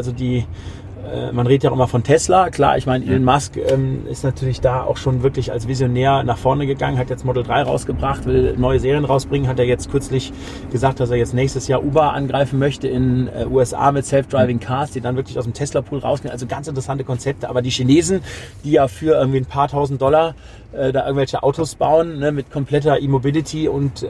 man redet ja auch immer von Tesla. Klar, ich meine, Elon Musk ist natürlich da auch schon wirklich als Visionär nach vorne gegangen, hat jetzt Model 3 rausgebracht, will neue Serien rausbringen, hat er jetzt kürzlich gesagt, dass er jetzt nächstes Jahr Uber angreifen möchte in USA mit Self-Driving Cars, die dann wirklich aus dem Tesla-Pool rausgehen. Also ganz interessante Konzepte. Aber die Chinesen, die ja für irgendwie ein paar $1.000 da irgendwelche Autos bauen, ne, mit kompletter E-Mobility und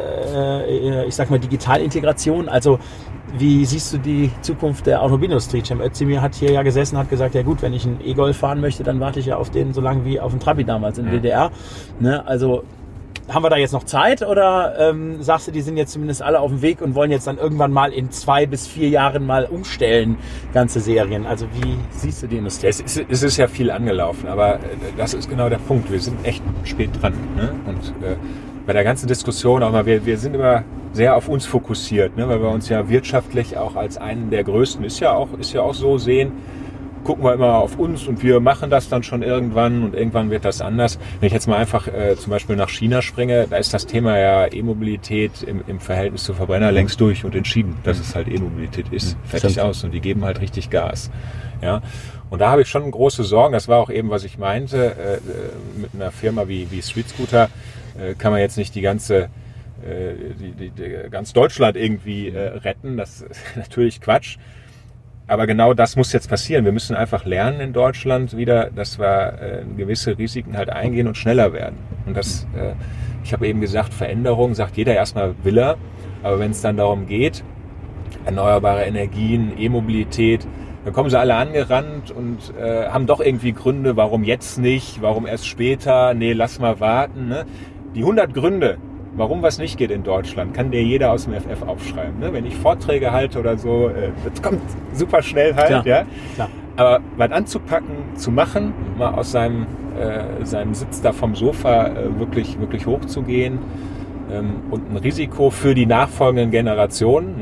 ich sag mal Digitalintegration. Also wie siehst du die Zukunft der Automobilindustrie? Cem Özdemir hat hier ja gesessen, hat gesagt, ja gut, wenn ich einen E-Golf fahren möchte, dann warte ich ja auf den so lange wie auf den Trabi damals in der DDR. Ne, also haben wir da jetzt noch Zeit oder sagst du, die sind jetzt zumindest alle auf dem Weg und wollen jetzt dann irgendwann mal in 2 bis 4 Jahren mal umstellen, ganze Serien? Also wie siehst du die Industrie? Es ist ja viel angelaufen, aber das ist genau der Punkt. Wir sind echt spät dran. Ne? Und bei der ganzen Diskussion auch mal, wir sind immer sehr auf uns fokussiert, ne? Weil wir uns ja wirtschaftlich auch als einen der größten, ist ja auch so sehen, gucken wir immer auf uns und wir machen das dann schon irgendwann und irgendwann wird das anders. Wenn ich jetzt mal einfach zum Beispiel nach China springe, da ist das Thema ja E-Mobilität im Verhältnis zu Verbrenner längst durch und entschieden, dass es halt E-Mobilität ist. Fertig aus und die geben halt richtig Gas. Ja. Und da habe ich schon große Sorgen, das war auch eben, was ich meinte, mit einer Firma wie Street Scooter kann man jetzt nicht die ganz Deutschland irgendwie retten, das ist natürlich Quatsch. Aber genau das muss jetzt passieren. Wir müssen einfach lernen in Deutschland wieder, dass wir gewisse Risiken halt eingehen und schneller werden. Und das, ich habe eben gesagt, Veränderung, sagt jeder erstmal will er. Aber wenn es dann darum geht, erneuerbare Energien, E-Mobilität, dann kommen sie alle angerannt und haben doch irgendwie Gründe, warum jetzt nicht, warum erst später, nee, lass mal warten. Ne? Die 100 Gründe, warum was nicht geht in Deutschland, kann dir jeder aus dem FF aufschreiben. Ne? Wenn ich Vorträge halte oder so, das kommt super schnell halt. Klar, ja? Klar. Aber was anzupacken, zu machen, mal aus seinem Sitz da vom Sofa wirklich hochzugehen und ein Risiko für die nachfolgenden Generationen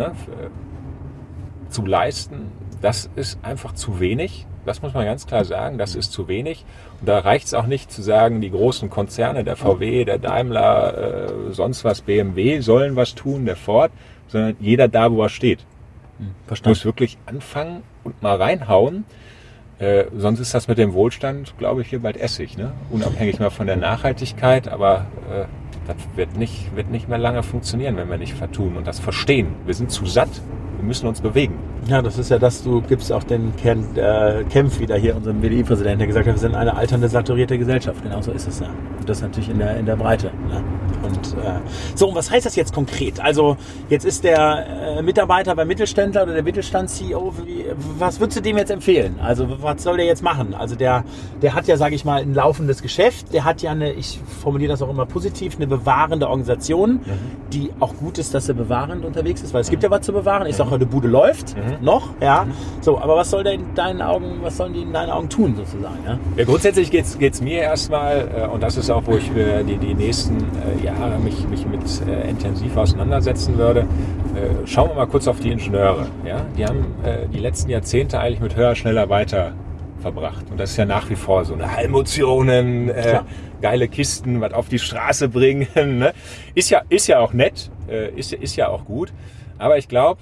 zu leisten, das ist einfach zu wenig. Das muss man ganz klar sagen, das ist zu wenig. Und da reicht es auch nicht zu sagen, die großen Konzerne, der VW, der Daimler, sonst was, BMW, sollen was tun, der Ford, sondern jeder da, wo er steht. Verstanden. Muss wirklich anfangen und mal reinhauen. Sonst ist das mit dem Wohlstand, glaube ich, hier bald Essig. Ne? Unabhängig mal von der Nachhaltigkeit, aber das wird nicht mehr lange funktionieren, wenn wir nicht vertun und das verstehen. Wir sind zu satt. Wir müssen uns bewegen. Ja, das ist ja das, du gibst auch den Kempf wieder hier, unserem WDI-Präsidenten, der gesagt hat, wir sind eine alternde, saturierte Gesellschaft. Genau so ist es ja. Und das natürlich in der Breite. Ne? Und so, und was heißt das jetzt konkret? Also jetzt ist der Mitarbeiter beim Mittelständler oder der Mittelstands-CEO, was würdest du dem jetzt empfehlen? Also was soll der jetzt machen? Also der hat ja, sage ich mal, ein laufendes Geschäft, der hat ja ich formuliere das auch immer positiv, eine bewahrende Organisation, die auch gut ist, dass er bewahrend unterwegs ist, weil es gibt ja was zu bewahren. Ich sage, die Bude läuft noch, ja. So, aber was sollen die in deinen Augen tun sozusagen? Ja, grundsätzlich geht's mir erstmal, und das ist auch, wo ich die nächsten Jahre mich mit intensiv auseinandersetzen würde. Schauen wir mal kurz auf die Ingenieure. Ja? Die haben die letzten Jahrzehnte eigentlich mit höher, schneller, weiter verbracht. Und das ist ja nach wie vor so eine Emotionen, geile Kisten, was auf die Straße bringen. Ne? Ist ja auch nett, ist ja auch gut. Aber ich glaube,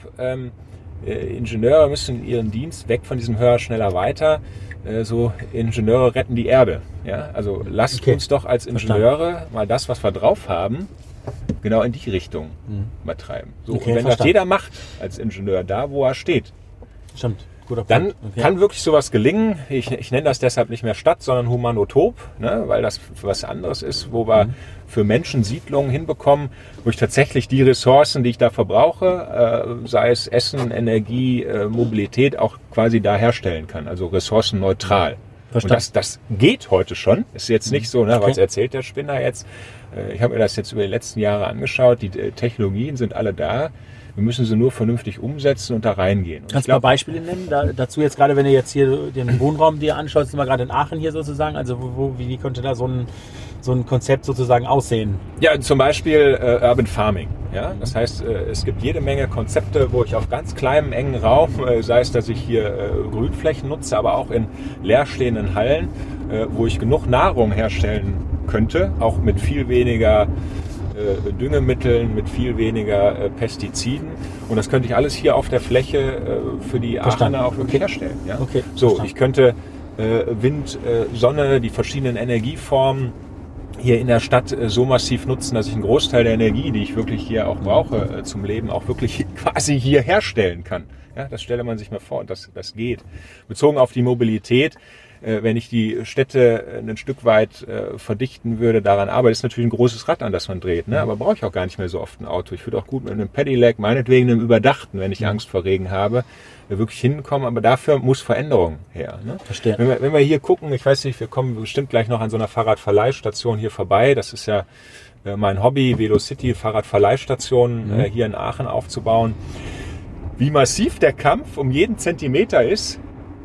Ingenieure müssen ihren Dienst weg von diesem höher, schneller, weiter. So Ingenieure retten die Erde. Ja? Also lasst uns doch als Ingenieure mal das, was wir drauf haben, genau in die Richtung mal treiben. So, und wenn das jeder macht als Ingenieur, da wo er steht, stimmt. Dann kann wirklich sowas gelingen. Ich nenne das deshalb nicht mehr Stadt, sondern Humanotop, ne? Weil das was anderes ist, wo wir für Menschen Siedlungen hinbekommen, wo ich tatsächlich die Ressourcen, die ich da verbrauche, sei es Essen, Energie, Mobilität, auch quasi da herstellen kann. Also ressourcenneutral. Verstanden. Und das geht heute schon. Ist jetzt nicht so, ne? Was erzählt der Spinner jetzt? Ich habe mir das jetzt über die letzten Jahre angeschaut. Die Technologien sind alle da. Wir müssen sie nur vernünftig umsetzen und da reingehen. Und kannst du mal Beispiele nennen? Dazu jetzt gerade, wenn ihr jetzt hier den Wohnraum dir anschaut, sind wir gerade in Aachen hier sozusagen. Also wie könnte da so ein Konzept sozusagen aussehen? Ja, zum Beispiel Urban Farming. Ja? Das heißt, es gibt jede Menge Konzepte, wo ich auf ganz kleinem, engen Raum, sei es, dass ich hier Grünflächen nutze, aber auch in leerstehenden Hallen, wo ich genug Nahrung herstellen könnte, auch mit viel weniger Düngemitteln, mit viel weniger Pestiziden. Und das könnte ich alles hier auf der Fläche für die Aachener auch wirklich herstellen. Ja? Okay, so, ich könnte Wind, Sonne, die verschiedenen Energieformen hier in der Stadt so massiv nutzen, dass ich einen Großteil der Energie, die ich wirklich hier auch brauche zum Leben, auch wirklich quasi hier herstellen kann. Ja, das stelle man sich mal vor, das geht. Bezogen auf die Mobilität, wenn ich die Städte ein Stück weit verdichten würde, daran arbeite, ist natürlich ein großes Rad, an das man dreht. Ne? Aber brauche ich auch gar nicht mehr so oft ein Auto. Ich würde auch gut mit einem Pedelec, meinetwegen einem überdachten, wenn ich Angst vor Regen habe, wirklich hinkommen. Aber dafür muss Veränderung her. Ne? Verstehe. Wenn wir hier gucken, ich weiß nicht, wir kommen bestimmt gleich noch an so einer Fahrradverleihstation hier vorbei. Das ist ja mein Hobby, Velocity, Fahrradverleihstation hier in Aachen aufzubauen. Wie massiv der Kampf um jeden Zentimeter ist,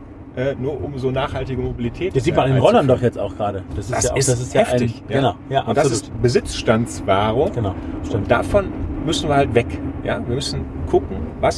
nur um so nachhaltige Mobilität. Das sieht man in den Rollern doch jetzt auch gerade. Das ist ja heftig. Genau, ja, und das ist Besitzstandswahrung. Genau, stimmt. Und davon müssen wir halt weg. Ja, wir müssen gucken,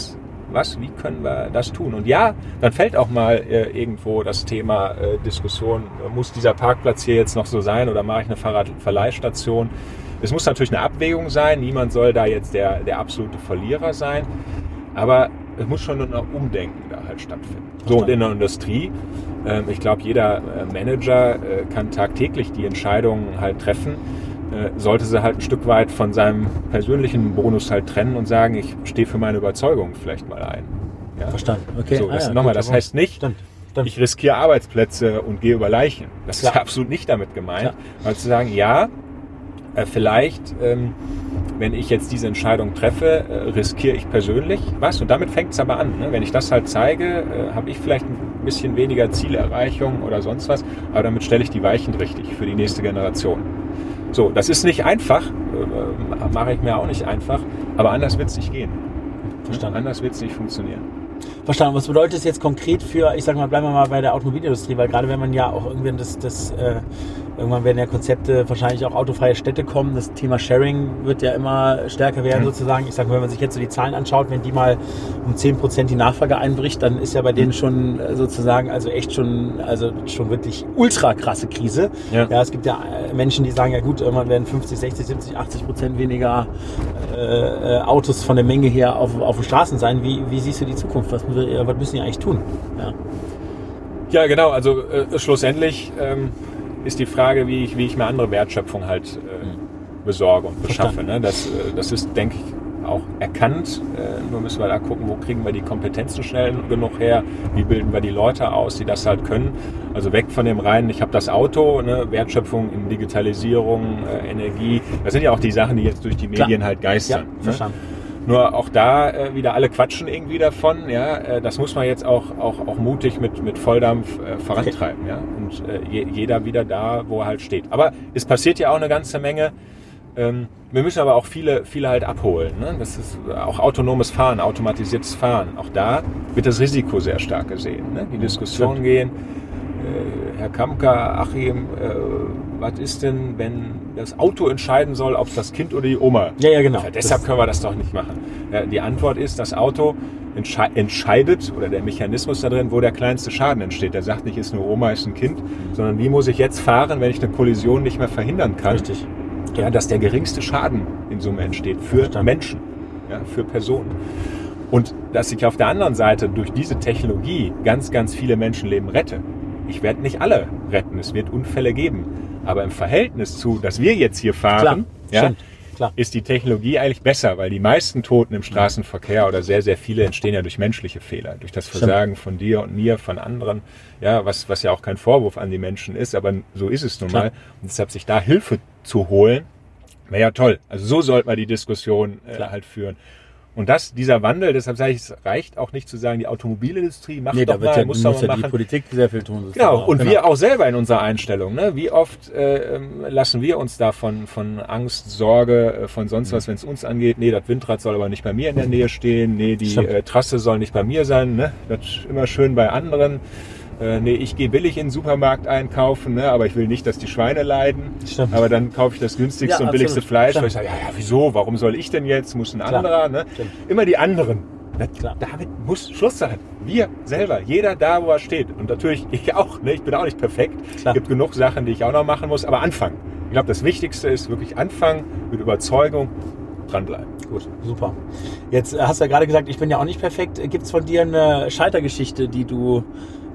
wie können wir das tun. Und ja, dann fällt auch mal irgendwo das Thema Diskussion, muss dieser Parkplatz hier jetzt noch so sein oder mache ich eine Fahrradverleihstation? Es muss natürlich eine Abwägung sein. Niemand soll da jetzt der absolute Verlierer sein. Aber es muss schon ein Umdenken da halt stattfinden. So, und in der Industrie, ich glaube, jeder Manager kann tagtäglich die Entscheidungen halt treffen, sollte sie halt ein Stück weit von seinem persönlichen Bonus halt trennen und sagen, ich stehe für meine Überzeugung vielleicht mal ein. Ja? Verstanden. Okay. So, das heißt nicht, ich riskiere Arbeitsplätze und gehe über Leichen. Das ist absolut nicht damit gemeint. Weil zu sagen, vielleicht, wenn ich jetzt diese Entscheidung treffe, riskiere ich persönlich was. Und damit fängt es aber an. Ne? Wenn ich das halt zeige, habe ich vielleicht ein bisschen weniger Zielerreichung oder sonst was. Aber damit stelle ich die Weichen richtig für die nächste Generation. So, das ist nicht einfach. Mache ich mir auch nicht einfach. Aber anders wird es nicht gehen. Verstanden. Anders wird es nicht funktionieren. Verstanden. Was bedeutet es jetzt konkret für, ich sag mal, bleiben wir mal bei der Automobilindustrie, weil gerade wenn man ja auch irgendwann irgendwann werden ja Konzepte, wahrscheinlich auch autofreie Städte kommen, das Thema Sharing wird ja immer stärker werden sozusagen. Ich sag mal, wenn man sich jetzt so die Zahlen anschaut, wenn die mal um 10% die Nachfrage einbricht, dann ist ja bei denen schon sozusagen, also schon wirklich ultra krasse Krise. Ja, es gibt ja Menschen, die sagen, ja gut, irgendwann werden 50, 60, 70, 80% weniger Autos von der Menge her auf den Straßen sein. Wie siehst du die Zukunft? Was müssen die eigentlich tun? Ja, genau. Also schlussendlich ist die Frage, wie ich mir andere Wertschöpfung halt besorge und beschaffe. Ne? Das ist, denke ich, auch erkannt. Nur müssen wir da gucken, wo kriegen wir die Kompetenzen schnell genug her, wie bilden wir die Leute aus, die das halt können. Also weg von dem reinen, ich habe das Auto, ne? Wertschöpfung in Digitalisierung, Energie. Das sind ja auch die Sachen, die jetzt durch die Medien halt geistern. Ja, verstanden. Nur auch da wieder alle quatschen irgendwie davon. Ja, das muss man jetzt auch mutig mit Volldampf vorantreiben. Ja, und jeder wieder da, wo er halt steht. Aber es passiert ja auch eine ganze Menge. Wir müssen aber auch viele halt abholen. Ne? Das ist auch autonomes Fahren, automatisiertes Fahren. Auch da wird das Risiko sehr stark gesehen. Ne? Die Diskussion gehen. Herr Kamka, Achim, was ist denn, wenn das Auto entscheiden soll, ob es das Kind oder die Oma? Ja, genau. Ja, deshalb können wir das doch nicht machen. Ja, die Antwort ist, das Auto entscheidet, oder der Mechanismus da drin, wo der kleinste Schaden entsteht. Der sagt nicht, ist eine Oma, ist ein Kind, sondern wie muss ich jetzt fahren, wenn ich eine Kollision nicht mehr verhindern kann? Richtig. Ja, dass der geringste Schaden in Summe entsteht für Menschen, ja, für Personen. Und dass ich auf der anderen Seite durch diese Technologie ganz, ganz viele Menschenleben rette. Ich werde nicht alle retten, es wird Unfälle geben. Aber im Verhältnis zu, dass wir jetzt hier fahren, ist die Technologie eigentlich besser, weil die meisten Toten im Straßenverkehr oder sehr, sehr viele entstehen ja durch menschliche Fehler, durch das Versagen von dir und mir, von anderen, ja, was ja auch kein Vorwurf an die Menschen ist, aber so ist es nun mal. Und deshalb sich da Hilfe zu holen, wäre ja toll. Also so sollte man die Diskussion halt führen. Und dieser Wandel, deshalb sage ich, es reicht auch nicht zu sagen, die Automobilindustrie macht doch mal, muss doch mal machen. Die Politik sehr viel tun. Genau, und wir auch selber in unserer Einstellung. Ne? Wie oft lassen wir uns da von Angst, Sorge, von sonst was, wenn es uns angeht, nee, das Windrad soll aber nicht bei mir in der Nähe stehen, nee, die Trasse soll nicht bei mir sein, ne? Das ist immer schön bei anderen. Nee, ich gehe billig in den Supermarkt einkaufen, ne, aber ich will nicht, dass die Schweine leiden. Stimmt. Aber dann kaufe ich das günstigste und billigste Fleisch. Weil ich sage, ja, wieso? Warum soll ich denn jetzt? Muss ein anderer? Ne? Immer die anderen. Damit muss Schluss sein. Wir selber, jeder da, wo er steht. Und natürlich ich auch. Ne? Ich bin auch nicht perfekt. Es gibt genug Sachen, die ich auch noch machen muss. Aber anfangen. Ich glaube, das Wichtigste ist wirklich anfangen mit Überzeugung, dranbleiben. Gut, super. Jetzt hast du ja gerade gesagt, ich bin ja auch nicht perfekt. Gibt es von dir eine Scheitergeschichte, die du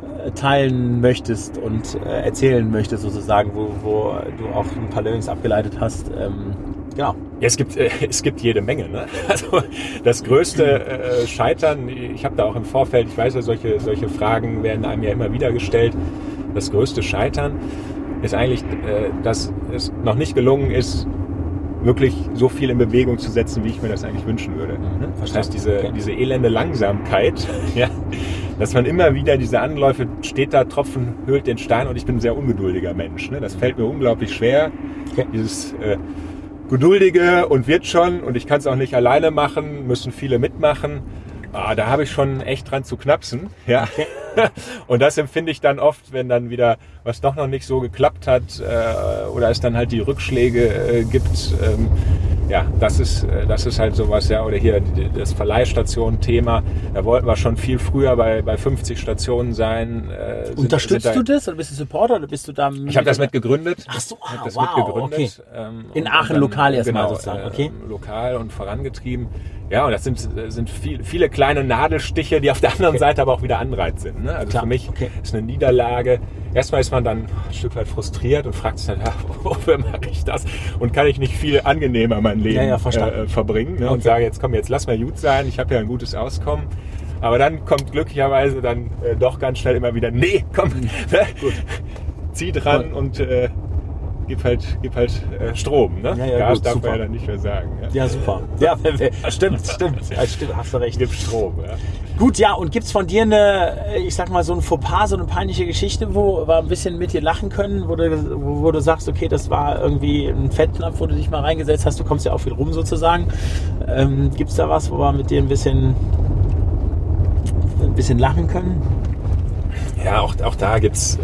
teilen möchtest und erzählen möchtest sozusagen, wo du auch ein paar Learnings abgeleitet hast? Genau. Ja, es gibt jede Menge. Ne? Also das größte Scheitern, ich habe da auch im Vorfeld, ich weiß ja, solche Fragen werden einem ja immer wieder gestellt. Das größte Scheitern ist eigentlich, dass es noch nicht gelungen ist, wirklich so viel in Bewegung zu setzen, wie ich mir das eigentlich wünschen würde. Das heißt, diese elende Langsamkeit, ja, dass man immer wieder diese Anläufe, steht da, Tropfen höhlt den Stein, und ich bin ein sehr ungeduldiger Mensch. Ne? Das fällt mir unglaublich schwer. Dieses Geduldige und wird schon, und ich kann es auch nicht alleine machen, müssen viele mitmachen. Da habe ich schon echt dran zu knapsen. Ja. Und das empfinde ich dann oft, wenn dann wieder was doch noch nicht so geklappt hat oder es dann halt die Rückschläge gibt. Ja, das ist halt sowas, ja. Oder hier das Verleihstation-Thema. Da wollten wir schon viel früher bei 50 Stationen sein. Unterstützt du das oder bist du Supporter oder bist du da? Ich habe das mitgegründet. Ach so, wow, okay. In Aachen dann, lokal erstmal sozusagen, okay. Lokal und vorangetrieben. Ja, und das sind viele kleine Nadelstiche, die auf der anderen Seite aber auch wieder Anreiz sind. Ne? Also für mich ist eine Niederlage. Erstmal ist man dann ein Stück weit frustriert und fragt sich dann, ja, wofür mache ich das? Und kann ich nicht viel angenehmer mein Leben verbringen? Ne? Und sage, jetzt lass mal gut sein, ich habe ja ein gutes Auskommen. Aber dann kommt glücklicherweise dann doch ganz schnell immer wieder, nee, komm, gut. Zieh dran und gib halt Strom. Ne? Gas gut, darf man ja dann nicht mehr sagen. Ja, super. Ja, stimmt. Ja, stimmt, hast du recht. Gib Strom, ja. Gut, ja, und gibt's von dir ich sag mal, so ein Fauxpas, so eine peinliche Geschichte, wo wir ein bisschen mit dir lachen können, wo du sagst, okay, das war irgendwie ein Fettknopf, wo du dich mal reingesetzt hast, du kommst ja auch viel rum sozusagen. Gibt's da was, wo wir mit dir ein bisschen lachen können? Ja, auch da gibt's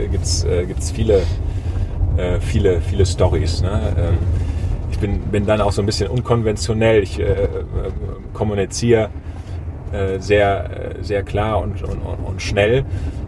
viele Storys. Ne? Ich bin dann auch so ein bisschen unkonventionell. Ich kommuniziere sehr, sehr klar und schnell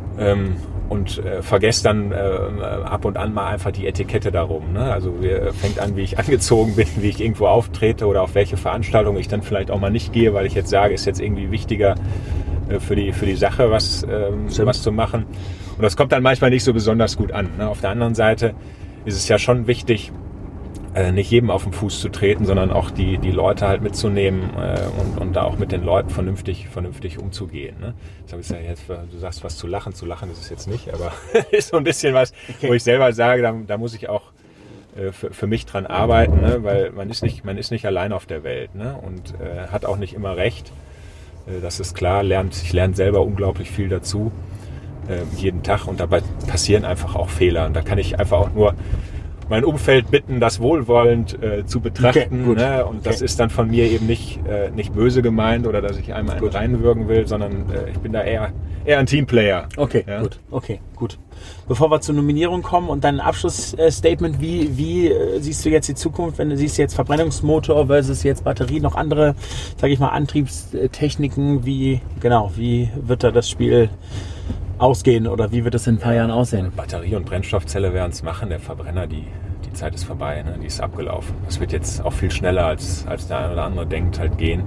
und vergesse dann ab und an mal einfach die Etikette darum. Ne? Also fängt an, wie ich angezogen bin, wie ich irgendwo auftrete oder auf welche Veranstaltung ich dann vielleicht auch mal nicht gehe, weil ich jetzt sage, ist jetzt irgendwie wichtiger für die Sache was zu machen. Und das kommt dann manchmal nicht so besonders gut an. Ne? Auf der anderen Seite ist es ja schon wichtig, nicht jedem auf den Fuß zu treten, sondern auch die Leute halt mitzunehmen und da auch mit den Leuten vernünftig umzugehen. Ne? Das ist ja jetzt, du sagst, was zu lachen ist es jetzt nicht, aber ist so ein bisschen was, okay, wo ich selber sage, da muss ich auch für mich dran arbeiten, ne? Weil man ist nicht allein auf der Welt, ne? Und hat auch nicht immer recht. Das ist klar, ich lerne selber unglaublich viel dazu, jeden Tag, und dabei passieren einfach auch Fehler. Und da kann ich einfach auch nur mein Umfeld bitten, das wohlwollend zu betrachten. Okay, ne? Und das ist dann von mir eben nicht böse gemeint oder dass ich einmal einen reinwürgen will, sondern ich bin da eher ein Teamplayer. Okay, ja? Gut. Bevor wir zur Nominierung kommen und dein Abschlussstatement, wie siehst du jetzt die Zukunft, wenn du siehst jetzt Verbrennungsmotor versus jetzt Batterie, noch andere, sage ich mal, Antriebstechniken, wie wird da das Spiel ausgehen oder wie wird es in ein paar Jahren aussehen? Batterie und Brennstoffzelle werden es machen, der Verbrenner, die Zeit ist vorbei, ne? Die ist abgelaufen. Es wird jetzt auch viel schneller, als der eine oder andere denkt, halt gehen.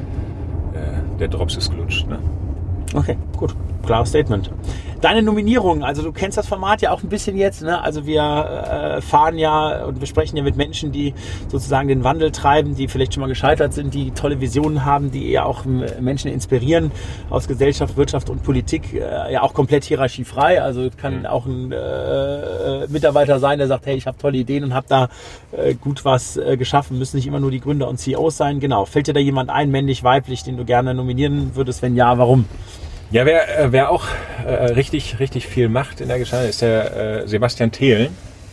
Der Drops ist gelutscht. Ne? Okay, gut. Klares Statement. Deine Nominierung, also du kennst das Format ja auch ein bisschen jetzt, ne? Also wir fahren ja und wir sprechen ja mit Menschen, die sozusagen den Wandel treiben, die vielleicht schon mal gescheitert sind, die tolle Visionen haben, die eher auch Menschen inspirieren aus Gesellschaft, Wirtschaft und Politik, ja auch komplett hierarchiefrei. Also kann auch ein Mitarbeiter sein, der sagt, hey, ich habe tolle Ideen und habe da gut was geschaffen, müssen nicht immer nur die Gründer und CEOs sein. Genau. Fällt dir da jemand ein, männlich, weiblich, den du gerne nominieren würdest? Wenn ja, warum? Ja, wer auch richtig viel macht in der Geschichte, ist der Sebastian Thelen,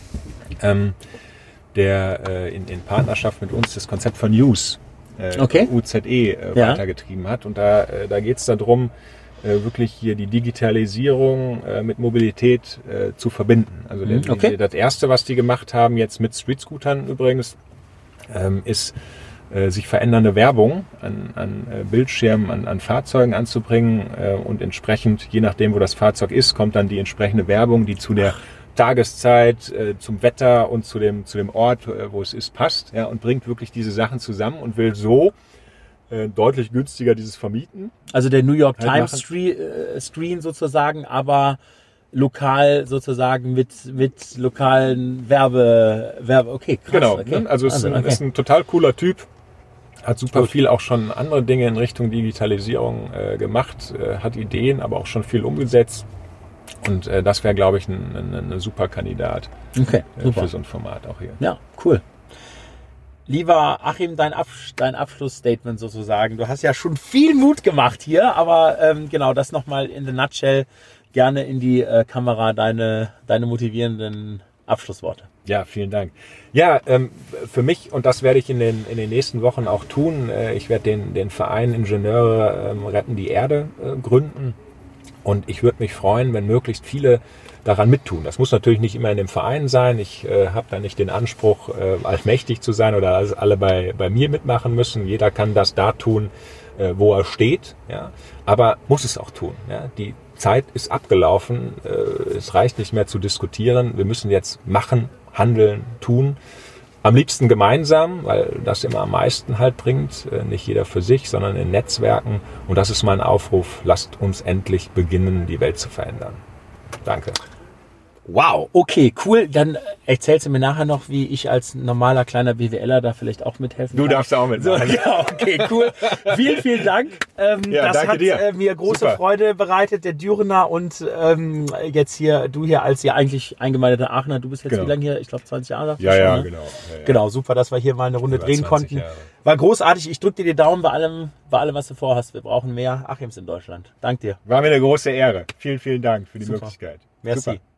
der in Partnerschaft mit uns das Konzept von UZE weitergetrieben hat. Und da geht es darum, wirklich hier die Digitalisierung mit Mobilität zu verbinden. Also das Erste, was die gemacht haben, jetzt mit Streetscootern übrigens, ist sich verändernde Werbung an Bildschirmen, an Fahrzeugen anzubringen und entsprechend, je nachdem, wo das Fahrzeug ist, kommt dann die entsprechende Werbung, die zu der Tageszeit, zum Wetter und zu dem Ort, wo es ist, passt, ja, und bringt wirklich diese Sachen zusammen und will so deutlich günstiger dieses vermieten. Also der New York Times Screen sozusagen, aber lokal sozusagen mit lokalen Werbe. Okay, krass. Genau, okay. Ne? Also ist ein total cooler Typ. Hat super viel auch schon andere Dinge in Richtung Digitalisierung gemacht, hat Ideen, aber auch schon viel umgesetzt. Und das wäre, glaube ich, ein super Kandidat für so ein Format auch hier. Ja, cool. Lieber Achim, dein Abschlussstatement sozusagen. Du hast ja schon viel Mut gemacht hier, aber genau das nochmal in the nutshell. Gerne in die Kamera deine motivierenden Abschlussworte. Ja, vielen Dank. Ja, für mich, und das werde ich in den nächsten Wochen auch tun, ich werde den Verein Ingenieure retten die Erde gründen, und ich würde mich freuen, wenn möglichst viele daran mittun. Das muss natürlich nicht immer in dem Verein sein. Ich habe da nicht den Anspruch, allmächtig zu sein oder alle bei mir mitmachen müssen. Jeder kann das da tun, wo er steht, ja, aber muss es auch tun. Ja. Die Zeit ist abgelaufen, es reicht nicht mehr zu diskutieren, wir müssen jetzt machen, handeln, tun. Am liebsten gemeinsam, weil das immer am meisten halt bringt, nicht jeder für sich, sondern in Netzwerken. Und das ist mein Aufruf, lasst uns endlich beginnen, die Welt zu verändern. Danke. Wow, okay, cool. Dann erzählst du mir nachher noch, wie ich als normaler kleiner BWLer da vielleicht auch mithelfen kann. Du darfst auch mitmachen. So, ja, okay, cool. Vielen Dank. Das hat mir große Freude bereitet, der Dürener und jetzt hier, du hier als ja eigentlich eingemeindeter Aachener. Du bist jetzt wie lange hier? Ich glaube 20 Jahre. Ja, ne? Genau. Ja. Genau, super, dass wir hier mal eine Runde drehen konnten. Jahre. War großartig. Ich drücke dir die Daumen bei allem, was du vorhast. Wir brauchen mehr Achims in Deutschland. Dank dir. War mir eine große Ehre. Vielen, vielen Dank für die Möglichkeit. Merci. Super.